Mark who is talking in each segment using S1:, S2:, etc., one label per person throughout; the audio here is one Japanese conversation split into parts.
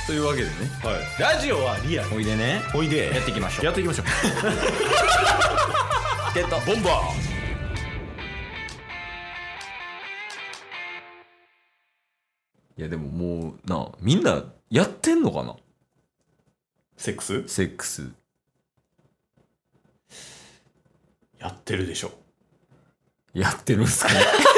S1: というわけでね、
S2: はい、ラジオはリアル。
S1: おいでね、
S2: おいで
S1: やっていきましょう。
S2: やっていきましょう
S1: ゲット
S2: ボンバー。
S1: いやでももうな、みんなやってんのかな、
S2: セックス
S1: セックス。
S2: やってるでしょ。
S1: やってるんすか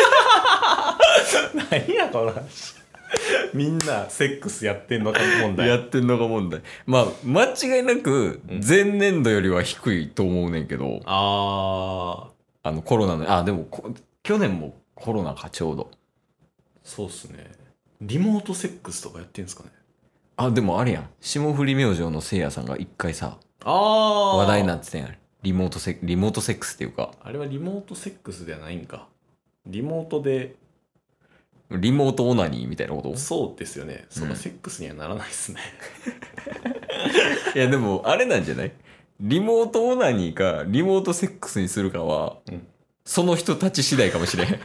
S2: 何やこの話みんなセックスやってんのか問題。
S1: やってんのか問題。まあ間違いなく前年度よりは低いと思うねんけど、
S2: あー、
S1: コロナの、でも去年もコロナかちょうど。
S2: そうっすね。リモートセックスとかやってんすかね。
S1: でもあれやん、霜降り明星のせいやさんが一回さ、
S2: あー、
S1: 話題になってたやん。リモートセックスっていうか、
S2: あれはリモートセックスではないんか。リモートで。
S1: リモートオナニーみたいなこと。
S2: そうですよね。そのセックスにはならないっすね。
S1: いやでもあれなんじゃない、リモートオナニーかリモートセックスにするかは、その人たち次第かもしれん。い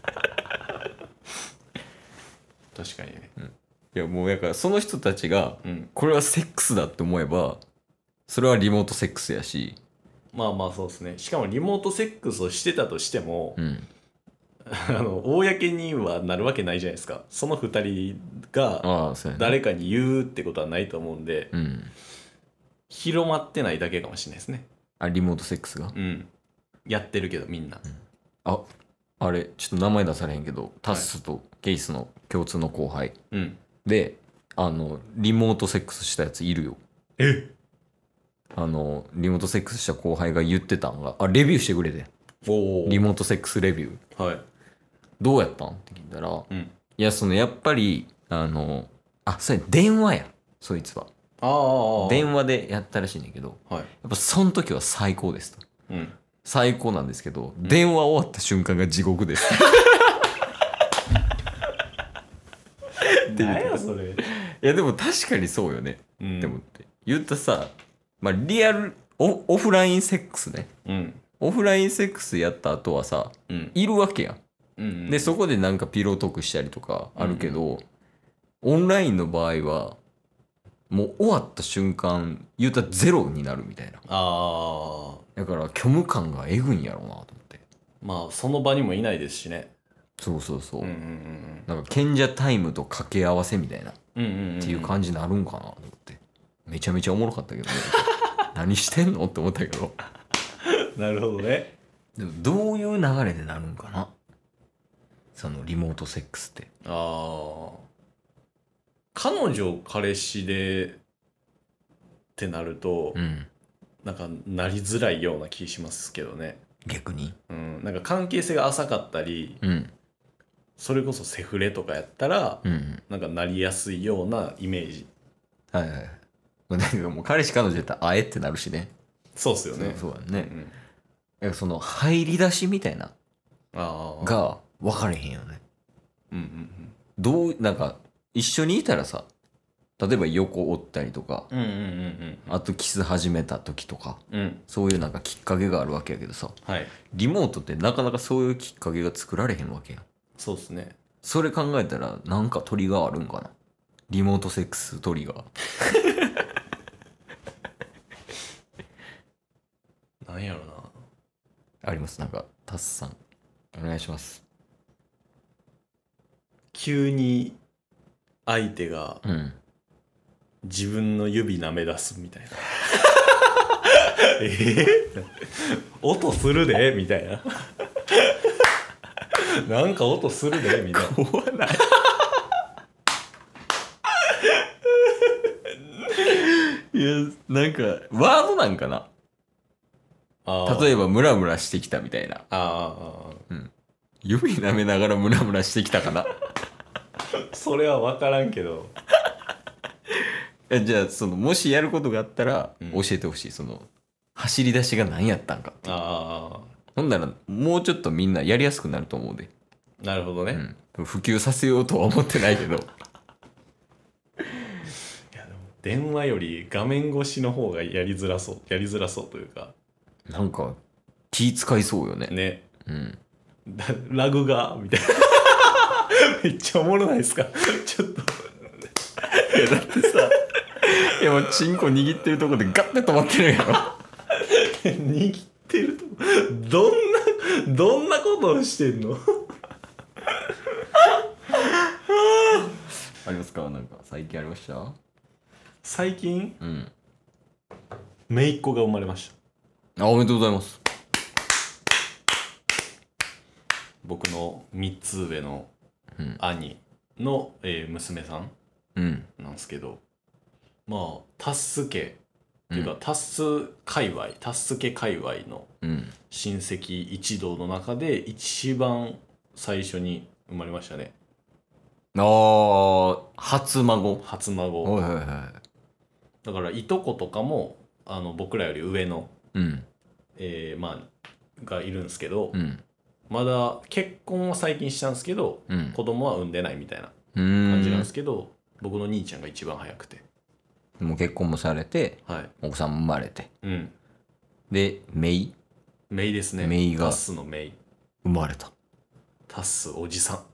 S2: 確かにね。
S1: やもうだからその人たちが、これはセックスだって思えばそれはリモートセックスやし、
S2: まあまあそうですね。しかもリモートセックスをしてたとしても、公にはなるわけないじゃないですか。その二人が
S1: そうやね、
S2: 誰かに言うってことはないと思うんで、広まってないだけかもしれないですね。
S1: リモートセックスが、
S2: やってるけどみんな。
S1: あれちょっと名前出されへんけど、タッスとケイスの共通の後輩、でリモートセックスしたやついるよ。
S2: え、
S1: リモートセックスした後輩が言ってたんが、レビューしてくれて、リモートセックスレビュー、
S2: はい、
S1: どうやったんって聞いたら、いややっぱりそれ電話や、そいつは電話でやったらしいんだけど、やっぱその時は最高ですと、最高なんですけど、電話終わった瞬間が地獄です
S2: 何やそれ。
S1: いやでも確かにそうよね、って思って言ったさ、リアルオフラインセックスね、オフラインセックスやった後はさ、いるわけやん、でそこでなんかピロートークしたりとかあるけど、オンラインの場合はもう終わった瞬間言うたらゼロになるみたいな。だから虚無感がえぐいんやろうなと思って。
S2: まあその場にもいないですしね。
S1: そうそうそう、なんか賢者タイムと掛け合わせみたいな、っていう感じになるんかなと思って、めちゃめちゃおもろかったけどね何してんのって思ったけど
S2: なるほどね。
S1: でもどういう流れでなるんかな、そのリモートセックスって。
S2: 彼女彼氏でってなると、なんかなりづらいような気しますけどね。
S1: 逆に、
S2: なんか関係性が浅かったり、それこそセフレとかやったら、なんかなりやすいようなイメージ。
S1: はいはい。なんかもう彼氏彼女やったら会えってなるしね。
S2: そうっすよね。
S1: そうだね。その入り出しみたいなが分かれへんよね。なんか一緒にいたらさ、例えば横おったりとか、あとキス始めた時とか、そういうなんかきっかけがあるわけやけどさ、リモートってなかなかそういうきっかけが作られへんわけやん。
S2: そうっすね。
S1: それ考えたらなんかトリガーあるんかな、リモートセックストリガー
S2: なんやろな。
S1: あります？なんかタスさんお願いします。
S2: 急に相手が自分の指舐め出すみたいな音するでみたいななんか音するでみたいな。
S1: 怖ないいやなんかワードなんかな、例えばムラムラしてきたみたいな。指舐めながらムラムラしてきたかな
S2: それは分からんけど
S1: じゃあもしやることがあったら教えてほしい、その走り出しが何やったんかって。ほんならもうちょっとみんなやりやすくなると思うで。
S2: なるほどね、
S1: 普及させようとは思ってないけどい
S2: やでも電話より画面越しの方がやりづらそうというか、
S1: なんか気使いそうよね。
S2: ね、ラグがみたいなめっちゃおもろないですかちょっと
S1: だってさ、いやもうチンコ握ってるとこでガッて止まってるやろ。
S2: 握ってるとこどんなことをしてんの？
S1: ありますか？なんか最近ありました？
S2: 最近
S1: うん。
S2: 姪っ子が生まれました。
S1: あ、おめでとうございます。
S2: 僕の3つ上の
S1: うん
S2: 兄の、娘さん
S1: うん。
S2: なんですけど、まあタッス家っていうか、タッス界隈の
S1: うん
S2: 親戚一同の中で一番最初に生まれましたね。
S1: ああ、初孫。
S2: 初孫。
S1: はいはいは
S2: だからいとことかも僕らより上の、
S1: い。うん
S2: まあがいるんですけど、
S1: うん
S2: まだ結婚は最近したんですけど、
S1: うん。
S2: 子供は産んでないみたいな
S1: 感
S2: 感じなんですけど、僕の兄ちゃんが一番早くて、
S1: もう結婚もされて、
S2: はい、
S1: 奥さんも生まれて、
S2: うん、
S1: で、姪
S2: 姪ですね。
S1: 姪が
S2: タッスの姪。
S1: 生まれた。
S2: タッスおじさん。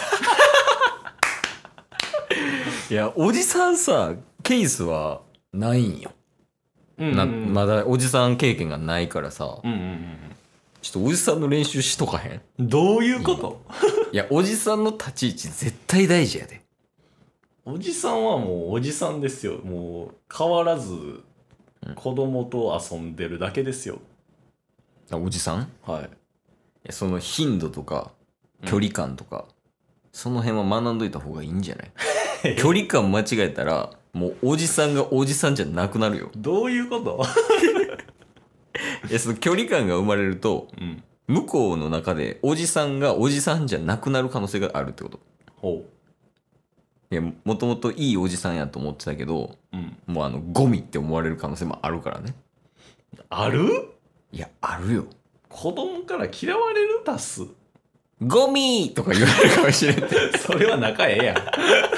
S1: いや、おじさんさ、ケースはないんよ。まだおじさん経験がないからさ、ちょっとおじさんの練習しとかへん？
S2: どういうこと？
S1: いや、おじさんの立ち位置絶対大事やで。
S2: おじさんはもうおじさんですよ。もう変わらず子供と遊んでるだけですよ。
S1: あ、おじさん？
S2: はい。
S1: いや、その頻度とか距離感とか、その辺は学んどいた方がいいんじゃない？距離感間違えたらもうおじさんがおじさんじゃなくなるよ。
S2: どういうこと？
S1: いや、その距離感が生まれると、向こうの中でおじさんがおじさんじゃなくなる可能性があるってこと。
S2: ほ
S1: いや、もともといいおじさんやと思ってたけど、
S2: う。
S1: もうゴミって思われる可能性もあるからね。
S2: ある？
S1: いや、あるよ。
S2: 子供から嫌われる？タス。
S1: ゴミとか言われるかもしれん。
S2: それは仲ええやん。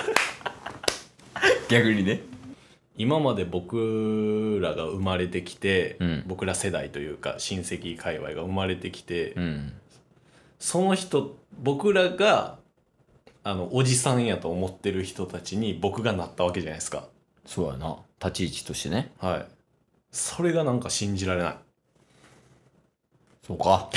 S1: 逆にね。
S2: 今まで僕らが生まれてきて、僕ら世代というか親戚界隈が生まれてきて、その人、僕らがおじさんやと思ってる人たちに僕がなったわけじゃないですか。
S1: そうやな。立ち位置としてね。
S2: はい。それがなんか信じられない。
S1: そうか。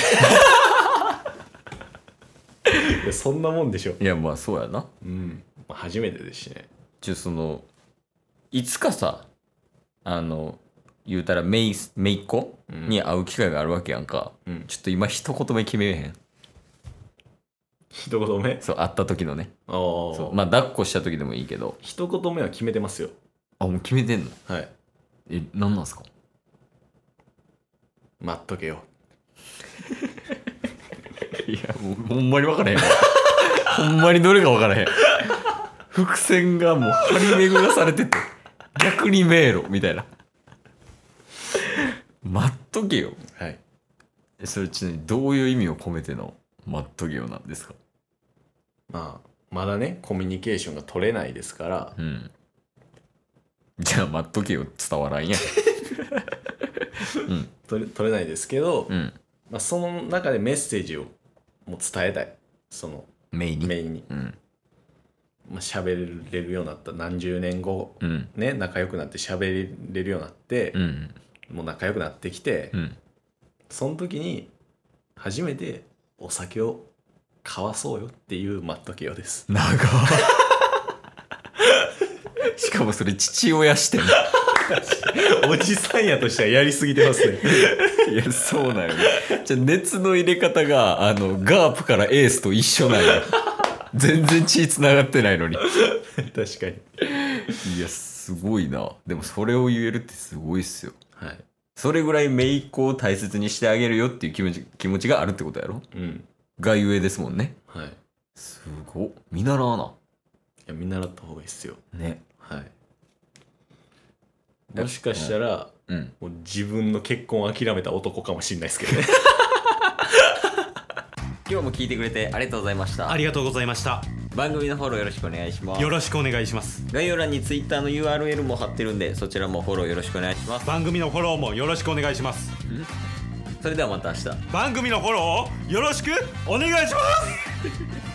S2: いや、そんなもんでしょ。
S1: いや、まあそうやな。
S2: 初めてですしね。
S1: いつかさ、言うたら姪っ子に会う機会があるわけやんか。ちょっと今一言目決めれへん。
S2: 一言目？
S1: そう、会った時のね。そう、まあ抱っこした時でもいいけど。
S2: 一言目は決めてますよ。
S1: あ、もう決めてんの？
S2: はい。
S1: 何なんすか？
S2: 待っとけよ。
S1: いや、もうほんまに分からへん。ほんまにどれか分からへん。伏線がもう張り巡らされてて、逆に迷路みたいな。待っとけよ。
S2: はい。
S1: それちなみにどういう意味を込めての待っとけよなんですか？
S2: まあ、まだね、コミュニケーションが取れないですから。
S1: じゃあ待っとけよ伝わらんやん。
S2: 取れないですけど、まあ、その中でメッセージをもう伝えたい。その
S1: メイン
S2: に。まあ、喋れるようになった何十年後、ね、仲良くなって喋れるようになって、もう仲良くなってきて、その時に初めてお酒を交わそうよっていう待っとけよです。
S1: 長しかもそれ父親視点。
S2: おじさんやとしてはやりすぎてますね。
S1: いや、そうなよね。じゃあ熱の入れ方がガープからエースと一緒なんや。全然血つながってないのに。
S2: 確かに。
S1: いや、すごいな。でもそれを言えるってすごいっすよ。
S2: はい。
S1: それぐらい姪っ子を大切にしてあげるよっていう気持ちがあるってことやろ？がゆえですもんね。
S2: はい。
S1: すごっ。見習わな。
S2: いや、見習った方がいいっすよ。
S1: ね。
S2: はい。もしかしたら、もう自分の結婚を諦めた男かもしれないですけどね。
S1: 今日も聞いてくれてありがとうございました。
S3: ありがとうございました。
S1: 番組のフォローよろしくお願いします。
S3: よろしくお願いします。
S1: 概要欄に Twitter の URL も貼ってるんで、そちらもフォローよろしくお願いします。
S3: 番組のフォローもよろしくお願いします。
S1: それではまた明日。
S3: 番組のフォローをよろしくお願いします。